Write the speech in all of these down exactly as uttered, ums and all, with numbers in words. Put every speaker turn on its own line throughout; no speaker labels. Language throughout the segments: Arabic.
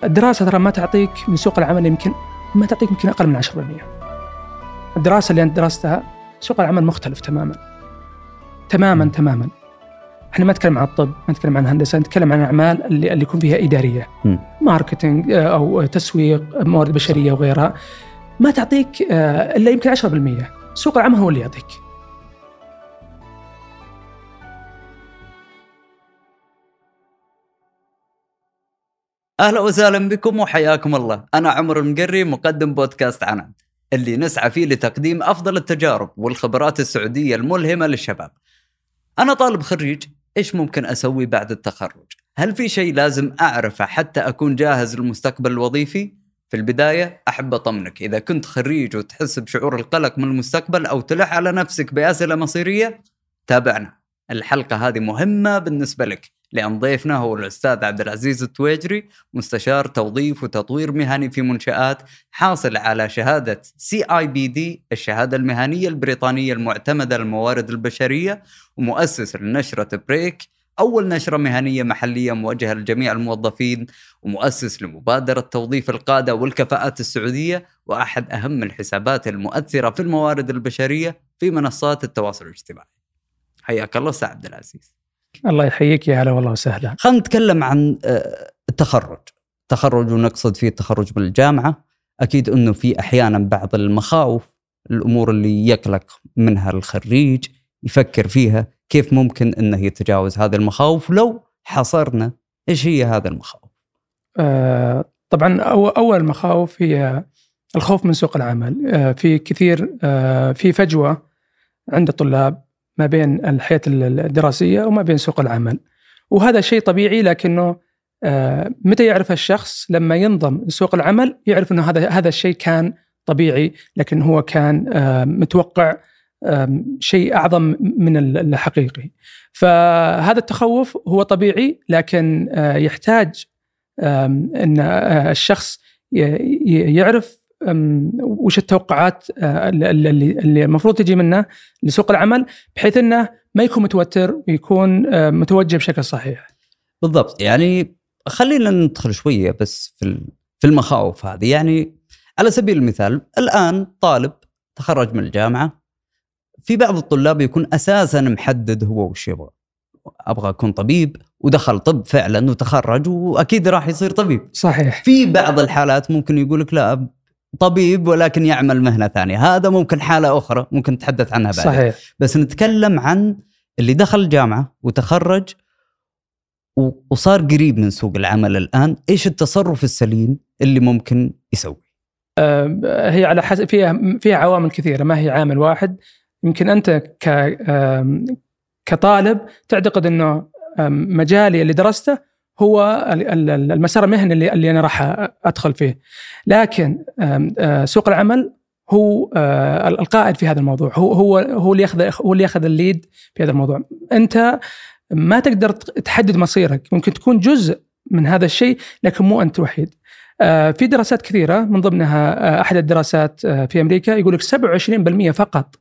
الدراسة ترى ما تعطيك من سوق العمل، يمكن ما تعطيك يمكن أقل من عشرة بالمئة. الدراسة اللي أنت درستها سوق العمل مختلف تماما تماما تماما. احنا ما نتكلم عن الطب، ما نتكلم عن الهندسة، نتكلم عن أعمال اللي اللي يكون فيها إدارية، م. ماركتينج أو تسويق، موارد بشرية وغيرها، ما تعطيك إلا يمكن عشرة بالمئة. سوق العمل هو اللي يعطيك.
أهلا وسهلا بكم وحياكم الله. أنا عمر المقري، مقدم بودكاست عنان، اللي نسعى فيه لتقديم أفضل التجارب والخبرات السعودية الملهمة للشباب. أنا طالب خريج، إيش ممكن أسوي بعد التخرج؟ هل في شيء لازم أعرفه حتى أكون جاهز للمستقبل الوظيفي؟ في البداية أحب أطمنك، إذا كنت خريج وتحس بشعور القلق من المستقبل أو تلح على نفسك بأسئلة مصيرية، تابعنا. الحلقة هذه مهمة بالنسبة لك، لأن ضيفنا هو الأستاذ عبد العزيز التويجري، مستشار توظيف وتطوير مهني في منشآت، حاصل على شهادة سي آي بي دي، الشهادة المهنية البريطانية المعتمدة للموارد البشرية، ومؤسس لنشرة بريك، أول نشرة مهنية محلية موجهة لجميع الموظفين، ومؤسس لمبادرة توظيف القادة والكفاءات السعودية، وأحد أهم الحسابات المؤثرة في الموارد البشرية في منصات التواصل الاجتماعي. حياك الله أستاذ عبد العزيز.
الله يحييك، يا هلا والله وسهلا.
خلينا نتكلم عن التخرج. تخرج ونقصد فيه التخرج من الجامعة. أكيد أنه في أحيانا بعض المخاوف، الأمور اللي يقلق منها الخريج يفكر فيها، كيف ممكن أنه يتجاوز هذه المخاوف؟ لو حصرنا إيش هي هذه المخاوف؟
آه طبعا أول مخاوف هي الخوف من سوق العمل. آه في كثير آه في فجوة عند الطلاب ما بين الحياة الدراسية وما بين سوق العمل، وهذا شيء طبيعي. لكنه آه متى يعرف الشخص؟ لما ينضم لسوق العمل يعرف أنه هذا هذا الشيء كان طبيعي، لكن هو كان آه متوقع آه شيء أعظم من الحقيقي. فهذا التخوف هو طبيعي، لكن آه يحتاج آه أن آه الشخص يعرف وش التوقعات اللي, اللي المفروض تجي منه لسوق العمل، بحيث أنه ما يكون متوتر ويكون متوجه بشكل صحيح.
بالضبط. يعني خلينا ندخل شوية بس في في المخاوف هذه. يعني على سبيل المثال، الآن طالب تخرج من الجامعة، في بعض الطلاب يكون أساساً محدد هو وش يبغى. أبغى أكون طبيب، ودخل طب فعلاً وتخرج وأكيد راح يصير طبيب.
صحيح.
في بعض الحالات ممكن يقولك لا، طبيب ولكن يعمل مهنة ثانية، هذا ممكن حالة أخرى ممكن نتحدث عنها بعد.
صحيح.
بس نتكلم عن اللي دخل الجامعة وتخرج وصار قريب من سوق العمل الآن، إيش التصرف السليم اللي ممكن يسوي؟
أه هي على حسب، فيها فيها عوامل كثيرة، ما هي عامل واحد. يمكن أنت ك كطالب تعتقد إنه مجالي اللي درسته هو المسار المهني اللي اللي أنا راح أدخل فيه، لكن سوق العمل هو القائد في هذا الموضوع. هو هو هو اللي ياخذ هو اللي ياخذ الليد في هذا الموضوع. أنت ما تقدر تحدد مصيرك، ممكن تكون جزء من هذا الشيء لكن مو أنت وحيد. في دراسات كثيرة، من ضمنها أحد الدراسات في أمريكا يقول لك سبعة وعشرين بالمئة فقط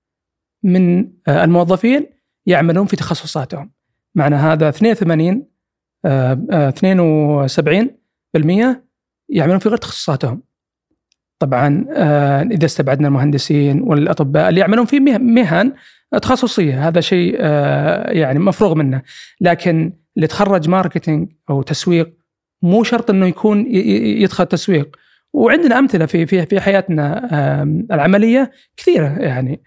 من الموظفين يعملون في تخصصاتهم. معنى هذا اثنين وثمانين اثنين وسبعين بالمئة يعملون في غير تخصصاتهم. طبعا إذا استبعدنا المهندسين والأطباء اللي يعملون في مهن تخصصية، هذا شيء يعني مفروغ منه. لكن اللي تخرج ماركتينج أو تسويق مو شرط أنه يكون يدخل تسويق. وعندنا أمثلة في في في حياتنا العملية كثيرة يعني.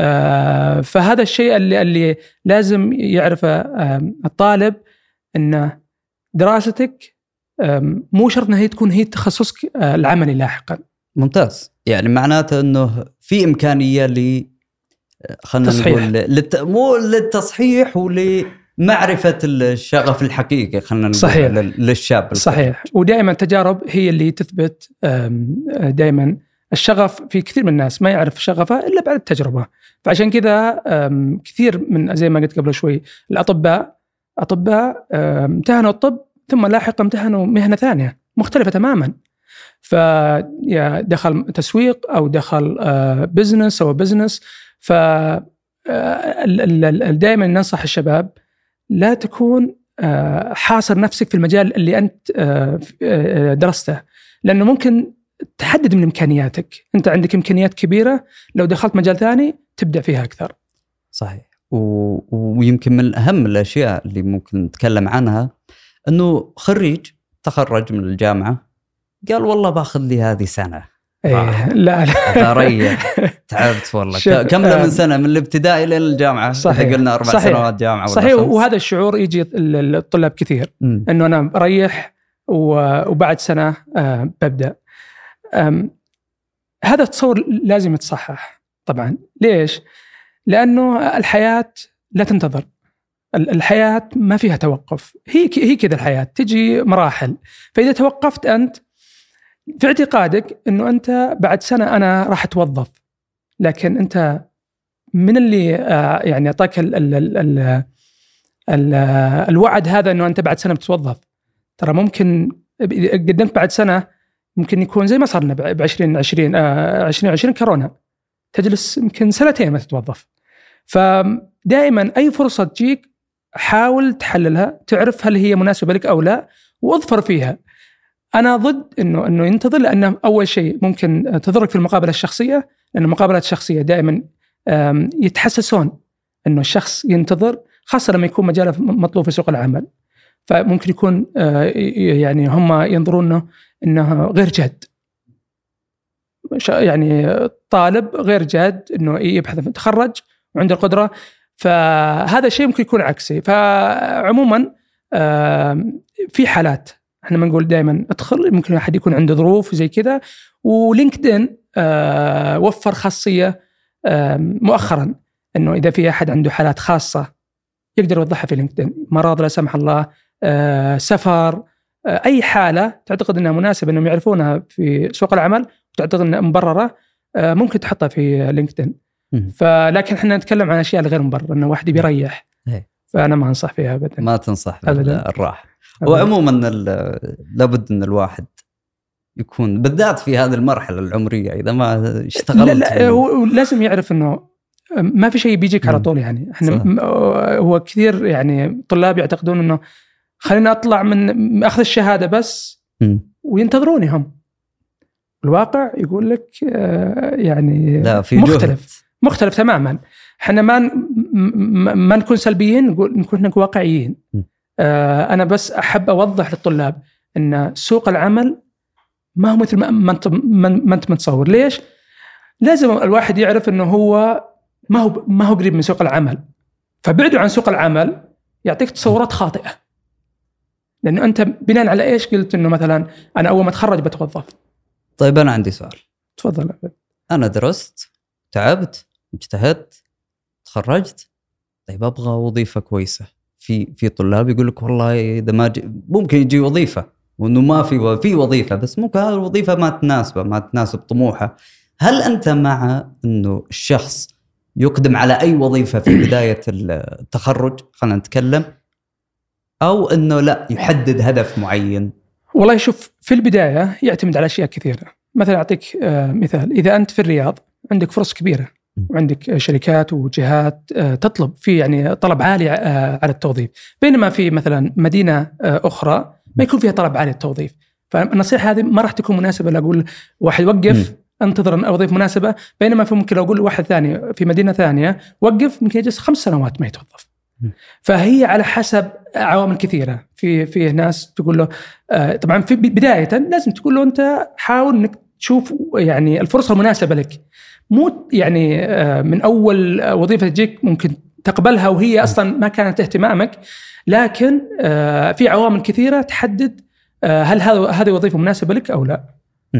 فهذا الشيء اللي اللي لازم يعرفه الطالب، أن دراستك مو شرط أنها تكون هي تخصصك العملي لاحقا.
ممتاز. يعني معناته أنه في إمكانية ل خلنا نقول للت... مو للتصحيح ولمعرفة الشغف الحقيقي، خلنا نقول
صحيح.
للشاب.
صحيح. ودائما التجارب هي اللي تثبت دائما الشغف. في كثير من الناس ما يعرف شغفه إلا بعد التجربة. فعشان كذا كثير من، زي ما قلت قبل شوي، الأطباء أطباء امتهنوا الطب ثم لاحقا امتهنوا مهنة ثانية مختلفة تماما. فدخل تسويق أو دخل بزنس أو بزنس. فدائما ننصح الشباب لا تكون حاصر نفسك في المجال اللي أنت درسته، لأنه ممكن تحدد من إمكانياتك. أنت عندك إمكانيات كبيرة، لو دخلت مجال ثاني تبدع فيها أكثر.
صحيح. و... ويمكن من أهم الأشياء اللي ممكن نتكلم عنها أنه خريج تخرج من الجامعة قال والله باخذ لي هذه سنة.
إيه لا لا
ريح تعبت والله. كم من سنة من الابتدائي إلى الجامعة.
صحيح.
قلنا أربع
صحيح.
سنوات جامعة.
صحيح. وهذا الشعور يجي الطلاب كثير م. أنه أنا بريح وبعد سنة ببدأ. هذا التصور لازم يتصحح طبعا. ليش؟ لأنه الحياة لا تنتظر، الحياة ما فيها توقف، هي هي كذا الحياة تجي مراحل. فإذا توقفت أنت في اعتقادك أنه أنت بعد سنة أنا راح أتوظف، لكن أنت من اللي يعني أعطاك ال ال ال ال ال الوعد هذا أنه أنت بعد سنة بتتوظف؟ ترى ممكن قدمت بعد سنة ممكن يكون زي ما صارنا بعشرين عشرين عشرين عشرين كورونا، تجلس يمكن سنتين ما تتوظف. فدائما أي فرصة تجيك حاول تحللها، تعرف هل هي مناسبة لك أو لا، واظفر فيها. أنا ضد إنه إنه ينتظر، لأنه أول شيء ممكن تضرك في المقابلة الشخصية، لأن المقابلات الشخصية دائما يتحسسون إنه الشخص ينتظر، خاصة لما يكون مجاله مطلوب في سوق العمل. فممكن يكون يعني هم ينظرونه إنه غير جاد، يعني طالب غير جاد إنه يبحث تخرج وعنده القدرة. فهذا الشيء ممكن يكون عكسي. فعموما في حالات احنا ما نقول دائما ادخل، ممكن احد يكون عنده ظروف زي كذا. ولينكدين وفر خاصية مؤخرا انه اذا في احد عنده حالات خاصة يقدر يوضحها في لينكدين، مرض لا سمح الله، سفر، اي حالة تعتقد انها مناسبة انهم يعرفونها في سوق العمل وتعتقد انها مبررة، ممكن تحطها في لينكدين. فلكن احنا نتكلم عن اشياء غير مبررة، انه واحد بيريح، فانا ما انصح فيها ابدا.
ما تنصح بالراحة. وعموما لابد ان الواحد يكون بالذات في هذه المرحلة العمرية اذا ما اشتغلت
لا, لا هو لازم يعرف انه ما في شيء بيجيك على طول. يعني احنا م- هو كثير يعني طلاب يعتقدون انه خلينا اطلع من اخذ الشهادة بس م. وينتظروني هم. الواقع يقول لك يعني
لا في
مختلف
جهد.
مختلف تماما. احنا ما ما نكون سلبيين، نقول نكون واقعيين. م. انا بس احب اوضح للطلاب ان سوق العمل ما هو مثل ما انت ما انت متصور. ليش؟ لازم الواحد يعرف انه هو ما هو ما هو قريب من سوق العمل، فبعدوا عن سوق العمل يعطيك تصورات خاطئة. لانه انت بناء على ايش قلت انه مثلا انا اول ما اتخرج بتوظف؟
طيب انا عندي سؤال.
تفضل.
انا درست، تعبت، اجتهدت، تخرجت، طيب ابغى وظيفة كويسة. في في طلاب يقول لك والله اذا ما ممكن يجي وظيفة وانه ما في في وظيفة بس ممكن هذه الوظيفة ما تناسبه، ما تناسب طموحه. هل انت مع انه الشخص يقدم على اي وظيفة في بداية التخرج، خلينا نتكلم، او انه لا يحدد هدف معين؟
والله شوف، في البداية يعتمد على اشياء كثيرة. مثلا اعطيك مثال، اذا انت في الرياض عندك فرص كبيرة وعندك شركات وجهات تطلب في يعني طلب عالي على التوظيف، بينما في مثلا مدينة أخرى ما يكون فيها طلب عالي التوظيف. فالنصيحة هذه ما راح تكون مناسبة. لأقول واحد وقف انتظر أن وظيفة مناسبة، بينما في ممكن لو أقول واحد ثاني في مدينة ثانية وقف ممكن يجلس خمس سنوات ما يتوظف. فهي على حسب عوامل كثيرة. في في ناس تقول له طبعا في بداية لازم تقول له أنت حاول إنك تشوف يعني الفرصة المناسبة لك، مو يعني من أول وظيفة تجيك ممكن تقبلها وهي أصلا ما كانت اهتمامك، لكن في عوامل كثيرة تحدد هل هذا هذه وظيفة مناسبة لك أو لا.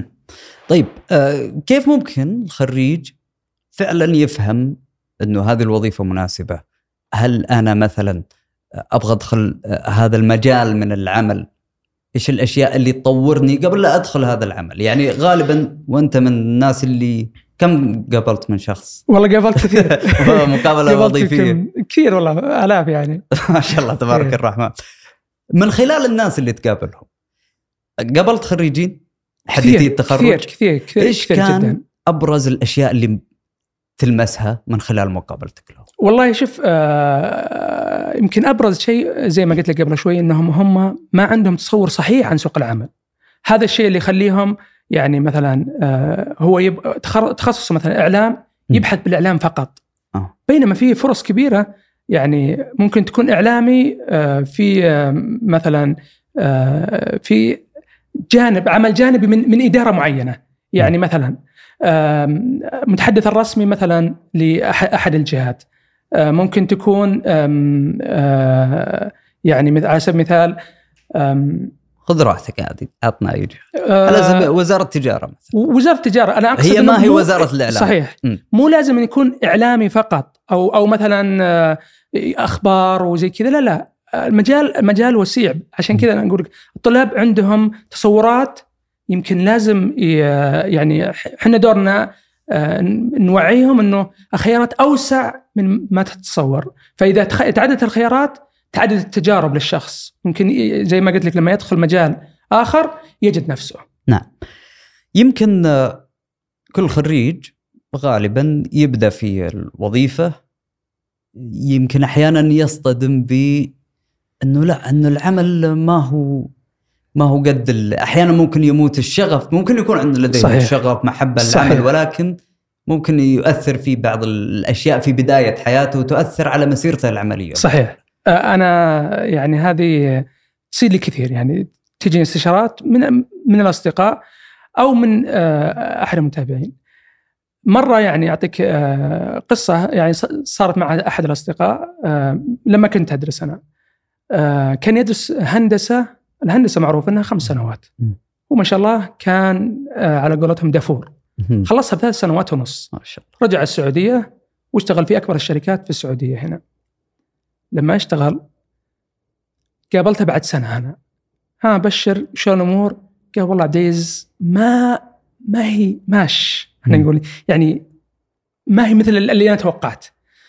طيب كيف ممكن الخريج فعلا يفهم أنه هذه الوظيفة مناسبة؟ هل أنا مثلا أبغى أدخل هذا المجال من العمل، إيش الأشياء اللي تطورني قبل لا أدخل هذا العمل؟ يعني غالبا وأنت من الناس اللي كم قابلت من شخص؟
والله قابلت كثير.
مقابلة وظيفية
كثير والله، آلاف يعني.
ما شاء الله تبارك الرحمن. من خلال الناس اللي تقابلهم قابلت خريجين حديثي التخرج
كثير كثير كثير.
إيش كان جداً. أبرز الأشياء اللي تلمسها من خلال مقابلتك له؟
والله شوف، آه يمكن أبرز شيء زي ما قلت لك قبل شوي أنهم هم ما عندهم تصور صحيح عن سوق العمل. هذا الشيء اللي يخليهم يعني مثلا آه هو يبقى تخصص مثلا إعلام، يبحث بالإعلام فقط.
أه.
بينما في فرص كبيرة، يعني ممكن تكون إعلامي آه في آه مثلا آه في جانب عمل جانبي من من إدارة معينة. يعني م. مثلا متحدث الرسمي مثلا لأحد الجهات، ممكن تكون يعني على سبيل المثال
خذ راحتك عادي، عطنا أي جهة. وزارة التجارة مثلا.
وزارة التجارة أنا أقصد
هي ما هي وزارة الإعلام.
صحيح. م. مو لازم أن يكون إعلامي فقط أو أو مثلا أخبار وزي كذا، لا لا، المجال مجال وسيع. عشان كذا أنا أقول لك الطلاب عندهم تصورات يمكن لازم يعني احنا دورنا نوعيهم انه الخيارات اوسع من ما تتصور. فاذا تعددت الخيارات تعددت التجارب للشخص، ممكن زي ما قلت لك لما يدخل مجال اخر يجد نفسه.
نعم. يمكن كل خريج غالبا يبدا في الوظيفه، يمكن احيانا يصطدم ب انه لا، انه العمل ما هو ما هو قد أحيانا ممكن يموت الشغف. ممكن يكون عند لديه الشغف محبة للعمل، ولكن ممكن يؤثر في بعض الأشياء في بداية حياته وتؤثر على مسيرته العملية.
صحيح. أنا يعني هذه تصير لي كثير، يعني تجي استشارات من من الأصدقاء أو من أحد المتابعين. مرة يعني أعطيك قصة يعني صارت مع أحد الأصدقاء لما كنت أدرس أنا. كان يدرس هندسة. الهندسة معروف أنها خمس سنوات، وما شاء الله كان على قولتهم دافور. خلصها بثلاث سنوات ونص.
ما شاء الله.
رجع السعودية واشتغل في أكبر الشركات في السعودية هنا. لما اشتغل قابلته بعد سنة هنا، ها بشر شو الأمور؟ قال والله عبديز ما ما هي ماش، احنا نقول يعني ما هي مثل اللي أنا توقعت.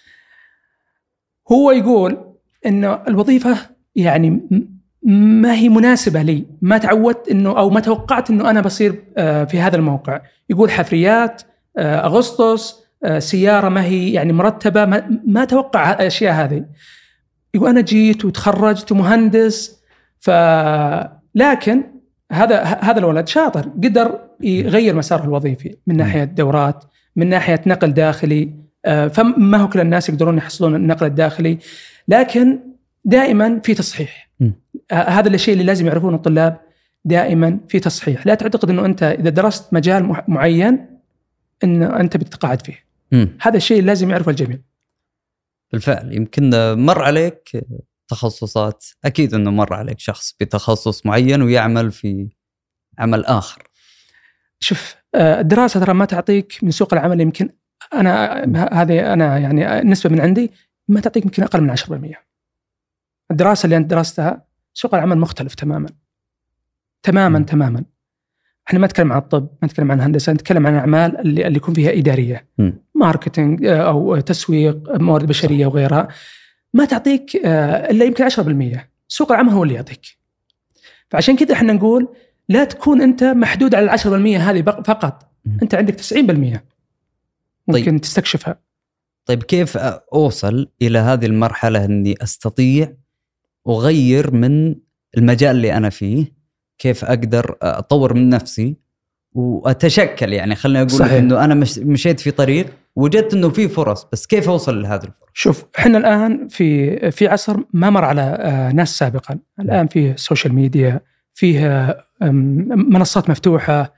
هو يقول إنه الوظيفة يعني ما هي مناسبة لي، ما تعودت إنه أو ما توقعت إنه أنا بصير في هذا الموقع. يقول حفريات، أغسطس، سيارة ما هي يعني مرتبة، ما, ما توقع الأشياء هذه. يقول أنا جيت وتخرجت مهندس، ف لكن هذا هذا الولد شاطر، قدر يغير مساره الوظيفي من ناحية دورات، من ناحية نقل داخلي. فما هو كل الناس يقدرون يحصلون النقل الداخلي، لكن دائما في تصحيح. هذا الشيء اللي لازم يعرفونه الطلاب، دائما في تصحيح. لا تعتقد انه انت اذا درست مجال معين انه انت بتتقاعد فيه. م. هذا الشيء اللي لازم يعرفه الجميع.
بالفعل. يمكن مر عليك تخصصات، اكيد انه مر عليك شخص بتخصص معين ويعمل في عمل اخر.
شوف، الدراسه ترى ما تعطيك من سوق العمل، يمكن انا هذه انا يعني نسبه من عندي ما تعطيك يمكن اقل من عشرة بالمئة. الدراسة اللي أنت درستها سوق العمل مختلف تماما تماما م. تماما. احنا ما نتكلم عن الطب، ما نتكلم عن الهندسة، نتكلم عن أعمال اللي اللي يكون فيها إدارية، م. ماركتينج أو تسويق، موارد بشرية وغيرها. ما تعطيك إلا يمكن عشرة بالمئة. سوق العمل هو اللي يعطيك. فعشان كده احنا نقول لا تكون أنت محدود على العشرة بالمئة هذه فقط. م. أنت عندك تسعين بالمئة ممكن طيب. تستكشفها.
طيب كيف أوصل إلى هذه المرحلة أني أستطيع أغير من المجال اللي أنا فيه؟ كيف أقدر أطور من نفسي وأتشكل؟ يعني خلينا أقول لك أنه أنا مش مشيت في طريق وجدت أنه في فرص، بس كيف أوصل لهذه الفرص؟
شوف، إحنا الآن في في عصر ما مر على ناس سابقا. الآن فيه سوشيال ميديا، فيه منصات مفتوحة،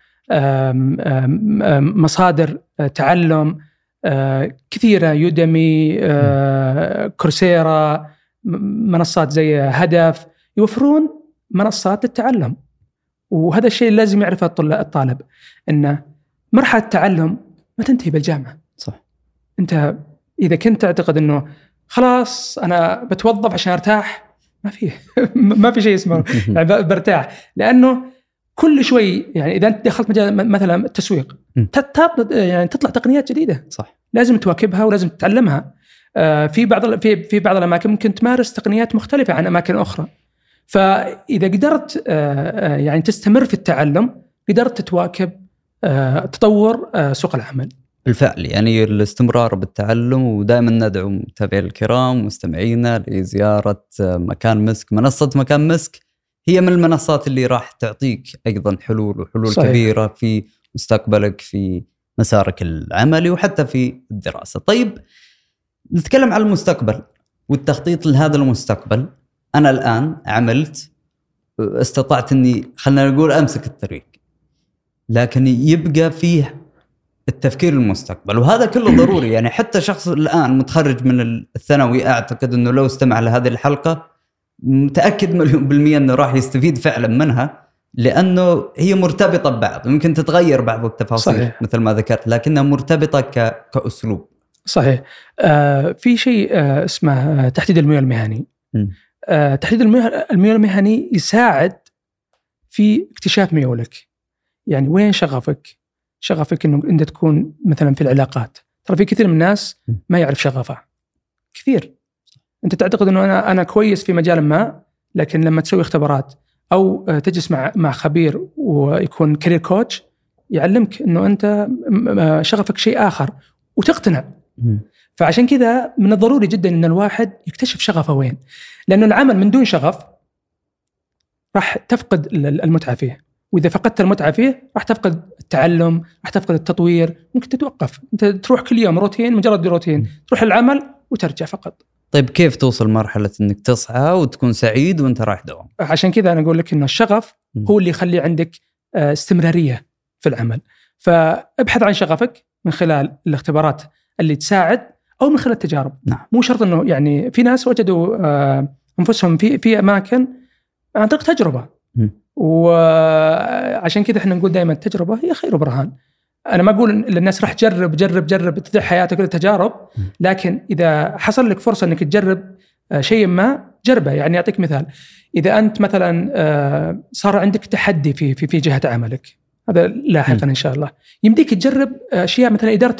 مصادر تعلم كثيرة، يودمي، كورسيرا، منصات زي هدف، يوفرون منصات للتعلم. وهذا الشيء لازم يعرفه الطالب، أن مرحلة التعلم ما تنتهي بالجامعة.
صح.
أنت إذا كنت تعتقد أنه خلاص أنا بتوظف عشان أرتاح، ما فيه ما في شيء اسمه يعني برتاح، لأنه كل شوي يعني إذا أنت دخلت مجال مثلا التسويق يعني تطلع تقنيات جديدة.
صح.
لازم تواكبها ولازم تتعلمها. في بعض في في بعض الأماكن ممكن تمارس تقنيات مختلفة عن أماكن أخرى. فإذا قدرت يعني تستمر في التعلم، قدرت تواكب تطور سوق العمل.
بالفعل يعني الاستمرار بالتعلم، ودائما ندعو متابعينا الكرام مستمعينا لزيارة مكان مسك. منصة مكان مسك هي من المنصات اللي راح تعطيك أيضا حلول وحلول صحيح. كبيرة في مستقبلك، في مسارك العملي وحتى في الدراسة. طيب نتكلم عن المستقبل والتخطيط لهذا المستقبل. أنا الآن عملت، استطعت أني خلنا نقول أمسك الطريق، لكن يبقى فيه التفكير المستقبل، وهذا كله ضروري. يعني حتى شخص الآن متخرج من الثانوي أعتقد أنه لو استمع لهذه الحلقة متأكد مليون بالمية أنه راح يستفيد فعلا منها، لأنه هي مرتبطة ببعض. ممكن تتغير بعض التفاصيل صحيح. مثل ما ذكرت، لكنها مرتبطة ك... كأسلوب.
صحيح. آه في شيء آه اسمه تحديد الميول المهني. آه تحديد الميول المهني يساعد في اكتشاف ميولك. يعني وين شغفك؟ شغفك انه انت تكون مثلا في العلاقات. ترى في كثير من الناس ما يعرف شغفه كثير. انت تعتقد انه انا انا كويس في مجال ما، لكن لما تسوي اختبارات او تجلس مع مع خبير ويكون كارير كوتش يعلمك انه انت شغفك شيء اخر وتقتنع. فعشان كذا من الضروري جدا ان الواحد يكتشف شغفه وين، لانه العمل من دون شغف راح تفقد المتعه فيه، وإذا فقدت المتعة فيه راح تفقد التعلم، راح تفقد التطوير، ممكن تتوقف. أنت تروح كل يوم روتين، مجرد روتين، تروح العمل وترجع فقط.
طيب كيف توصل مرحلة أنك تصحى وتكون سعيد وأنت رايح دوام؟
عشان كذا أنا أقول لك إنه الشغف هو اللي يخلي عندك استمرارية في العمل. فابحث عن شغفك من خلال الاختبارات اللي تساعد، أو من خلال التجارب.
نعم.
مو شرط إنه يعني في ناس وجدوا أنفسهم في في أماكن عن طريق تجربة. م. وعشان كده احنا نقول دائما التجربة هي خير برهان. أنا ما أقول للناس راح جرب جرب جرب تضيع حياتك كل التجارب، لكن إذا حصل لك فرصة أنك تجرب شيء ما جربه. يعني أعطيك مثال، إذا أنت مثلا صار عندك تحدي في في في جهة عملك، هذا لاحقا إن شاء الله، يمديك تجرب أشياء مثلا إدارة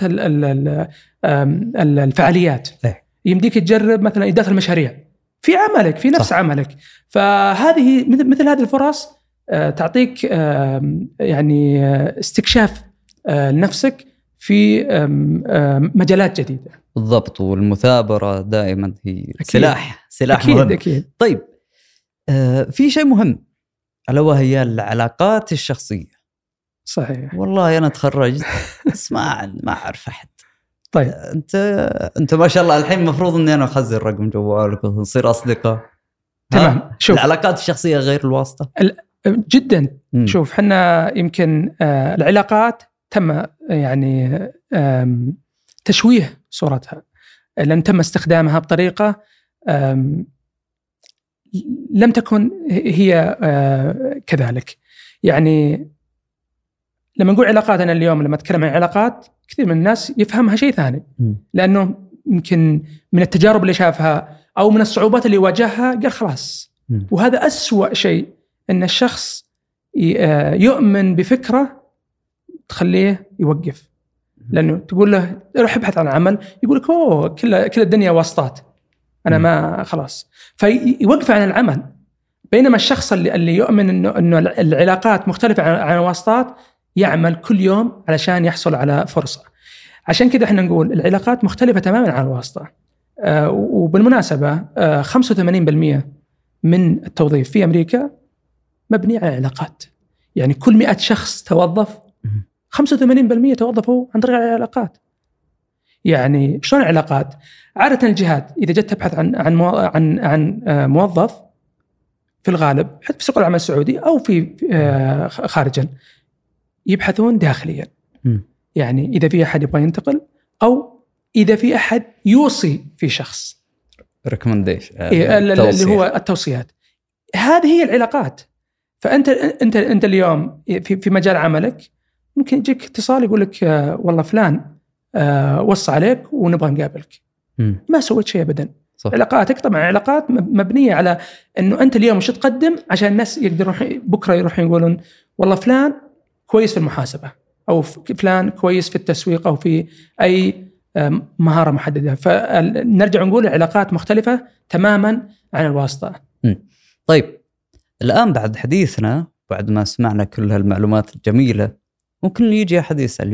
الفعاليات، يمديك تجرب مثلا إدارة المشاريع في عملك في نفس صح. عملك. فهذه مثل هذه الفرص تعطيك يعني استكشاف لنفسك في مجالات جديدة.
بالضبط. والمثابرة دائما هي أكيد. سلاح سلاح
أكيد
مهم.
أكيد.
طيب في شيء مهم ألا وهي العلاقات الشخصية.
صحيح.
والله أنا تخرجت بس ما ما أعرف أحد.
طيب
أنت أنت ما شاء الله الحين مفروض إني أنا أخزن رقم جوالك ونصير أصدقاء.
تمام. شوف
العلاقات الشخصية غير الواسطة
جدا. م. شوف حنا يمكن آه العلاقات تم يعني آه تشويه صورتها، لأن تم استخدامها بطريقة لم تكن هي آه كذلك. يعني لما نقول علاقات، أنا اليوم لما أتكلم عن علاقات كثير من الناس يفهمها شيء ثاني، م. لأنه يمكن من التجارب اللي شافها أو من الصعوبات اللي واجهها قال خلاص. م. وهذا أسوأ شيء، أن الشخص يؤمن بفكرة تخليه يوقف. لأنه تقول له روح ابحث عن عمل، يقول لك أوه كل كل الدنيا واسطات، أنا ما خلاص، فيوقف عن العمل. بينما الشخص اللي اللي يؤمن إنه إنه العلاقات مختلفة عن عن الواسطات يعمل كل يوم علشان يحصل على فرصة. عشان كده إحنا نقول العلاقات مختلفة تماماً عن الواسطة. آه وبالمناسبة آه خمسة وثمانين بالمئة من التوظيف في أمريكا مبني على علاقات. يعني كل مئة شخص توظف خمسة وثمانين بالمئة توظفوا عن طريق العلاقات. يعني شلون علاقات؟ عادة الجهات إذا جت تبحث عن عن عن عن موظف في الغالب حتى في سوق العمل السعودي أو في خارجا يبحثون داخليا. يعني إذا في أحد يبغى ينتقل، أو إذا في أحد يوصي في شخص
recommendation
اللي هو التوصيات. هذه هي العلاقات. فأنت أنت أنت اليوم في في مجال عملك ممكن يجيك اتصال يقول لك والله فلان وصى عليك ونبغى نقابلك. م. ما سويت شيء أبدا. صح. علاقاتك طبعا علاقات مبنية على إنه أنت اليوم وش تقدم عشان الناس يقدرون بكرة يروحون يقولون والله فلان كويس في المحاسبة، أو فلان كويس في التسويق، أو في أي مهارة محددة. فنرجع نقول العلاقات مختلفة تماما عن الواسطة.
م. طيب الآن بعد حديثنا، بعد ما سمعنا كل هالمعلومات الجميلة، ممكن يجي أحد يسأل يقول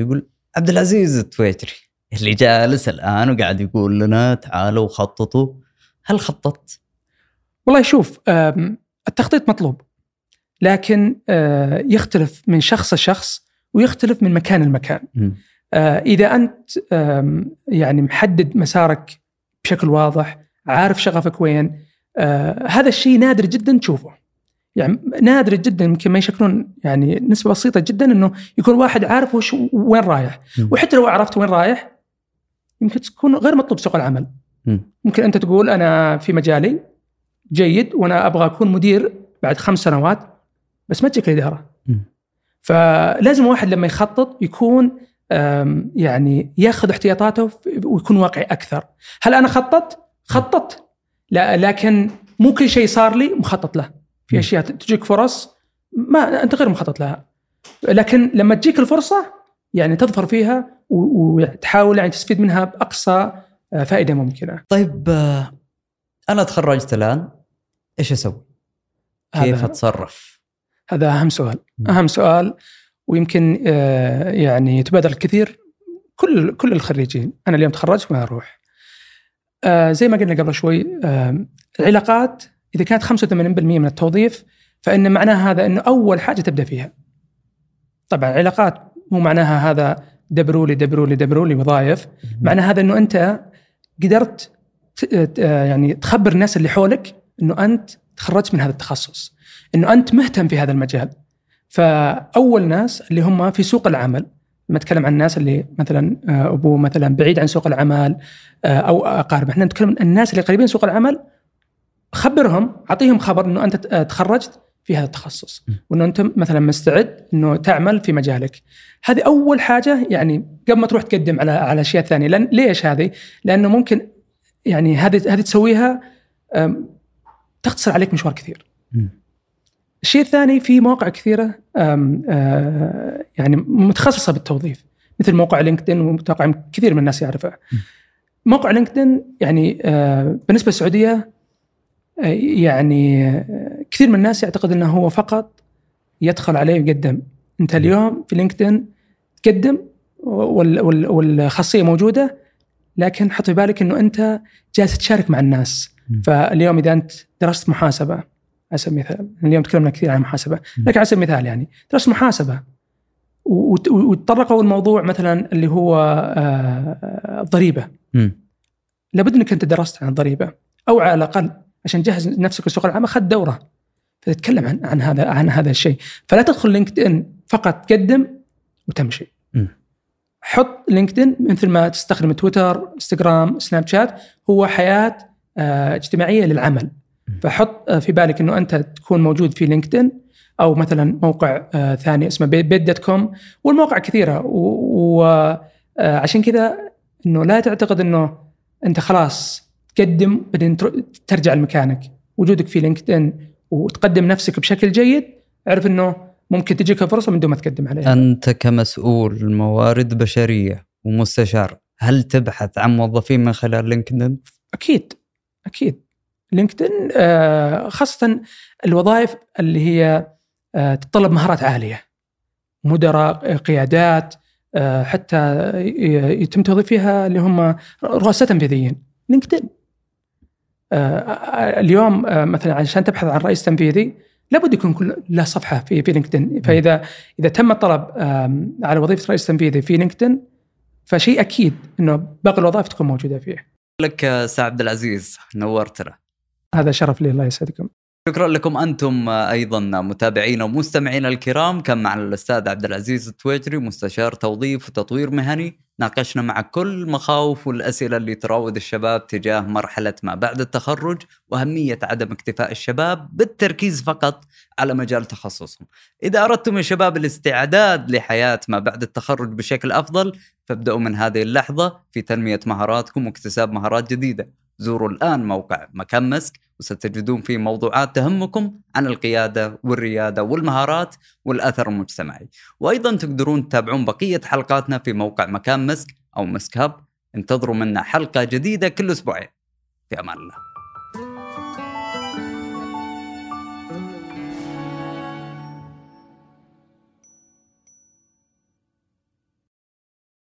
عبد العزيز التويتري اللي جالس الآن وقاعد يقول لنا تعالوا خططوا، هل خططت؟
والله شوف، التخطيط مطلوب، لكن يختلف من شخص لشخص ويختلف من مكان لمكان. م. إذا أنت يعني محدد مسارك بشكل واضح، عارف شغفك وين، هذا الشيء نادر جدا تشوفه. يعني نادر جدا، يمكن ما يشكلون يعني نسبة بسيطة جدا إنه يكون واحد عارف وش وين رايح. م. وحتى لو عرفت وين رايح يمكن تكون غير مطلوب سوق العمل. م. ممكن أنت تقول أنا في مجالي جيد وأنا أبغى أكون مدير بعد خمس سنوات، بس ما تجيك الإدارة. م. فلازم واحد لما يخطط يكون يعني ياخذ احتياطاته ويكون واقعي أكثر. هل أنا خططت؟ خططت، لا، لكن مو كل شيء صار لي مخطط له. في أشياء تجيك فرص ما أنت غير مخطط لها، لكن لما تجيك الفرصة يعني تظفر فيها وتحاول يعني تستفيد منها بأقصى فائدة ممكنة.
طيب أنا تخرجت الآن، إيش أسوي؟ كيف أتصرف؟
هذا أهم سؤال. أهم سؤال، ويمكن يعني يتبادل الكثير كل كل الخريجين. أنا اليوم تخرجت وين أروح؟ زي ما قلنا قبل شوي، العلاقات إذا كانت خمسة وثمانين بالمئة من التوظيف فإن معناها هذا إنه أول حاجة تبدأ فيها. طبعا علاقات مو معناها هذا دبرولي دبرولي دبرولي وظائف، معناها هذا إنه أنت قدرت يعني تخبر الناس اللي حولك إنه أنت تخرجت من هذا التخصص، إنه أنت مهتم في هذا المجال. فأول ناس اللي هم في سوق العمل، ما نتكلم عن الناس اللي مثلا أبوه مثلا بعيد عن سوق العمل أو أقارب، إحنا نتكلم عن الناس اللي قريبين سوق العمل. خبرهم، أعطيهم خبر إنه أنت تخرجت في هذا التخصص وإنه أنت مثلا مستعد إنه تعمل في مجالك. هذه أول حاجة، يعني قبل ما تروح تقدم على على أشياء ثانية. لأن ليش هذه؟ لأنه ممكن يعني هذه هذه تسويها تختصر عليك مشوار كثير. الشيء الثاني، في مواقع كثيرة يعني متخصصة بالتوظيف، مثل موقع لينكدين، وموقع كثير من الناس يعرفه. موقع لينكدين يعني بالنسبة للسعودية يعني كثير من الناس يعتقد أنه هو فقط يدخل عليه ويقدم. أنت اليوم في لينكدين تقدم والخاصية موجودة، لكن حط في بالك أنه أنت جالس تشارك مع الناس. فاليوم إذا أنت درست محاسبة على سبيل المثال، اليوم تكلمنا كثير عن محاسبة، لكن على سبيل المثال يعني درست محاسبة وتطرقوا الموضوع مثلا اللي هو الضريبة، لابد أنك أنت درست عن الضريبة، أو على الأقل عشان تجهز نفسك لسوق العمل خذ دورة فتتكلم عن عن هذا عن هذا الشيء. فلا تدخل لينكدين فقط تقدم وتمشي. م. حط لينكدين مثل ما تستخدم تويتر، انستغرام، سناب شات، هو حياة اه اجتماعية للعمل. م. فحط اه في بالك إنه أنت تكون موجود في لينكدين، أو مثلا موقع اه ثاني اسمه بيت دوت كوم، والمواقع كثيرة. وعشان كذا إنه لا تعتقد إنه أنت خلاص تقدم بعدين ترجع لمكانك. وجودك في لينكدين وتقدم نفسك بشكل جيد، اعرف انه ممكن تجيك فرصة من دون ما تقدم عليها.
انت كمسؤول موارد بشرية ومستشار، هل تبحث عن موظفين من خلال لينكدين؟
اكيد اكيد. لينكدين خاصة الوظائف اللي هي تتطلب مهارات عالية، مدراء، قيادات، حتى يتم توظيف فيها اللي هم رؤساء تنفيذيين. لينكدين آه اليوم آه مثلا عشان تبحث عن رئيس تنفيذي لابد يكون كل له صفحة في في لينكدين. فإذا إذا تم الطلب آه على وظيفة رئيس تنفيذي في لينكدين، فشيء أكيد إنه باقي الوظائف تكون موجودة فيه.
لك سعد عبد العزيز، نورتنا.
هذا شرف لي، الله يسعدكم.
شكرا لكم أنتم أيضا متابعين ومستمعين الكرام. كان معنا الأستاذ عبد العزيز التويتري، مستشار توظيف وتطوير مهني. ناقشنا مع كل مخاوف والأسئلة اللي تراود الشباب تجاه مرحلة ما بعد التخرج، وأهمية عدم اكتفاء الشباب بالتركيز فقط على مجال تخصصهم. إذا أردتم يا شباب الاستعداد لحياة ما بعد التخرج بشكل أفضل، فابدأوا من هذه اللحظة في تنمية مهاراتكم واكتساب مهارات جديدة. زوروا الآن موقع مكان مسك، وستجدون فيه موضوعات تهمكم عن القيادة والريادة والمهارات والأثر المجتمعي. وأيضا تقدرون تتابعون بقية حلقاتنا في موقع مكان مسك أو مسك هاب. انتظروا منا حلقة جديدة كل أسبوعين. في أمان الله.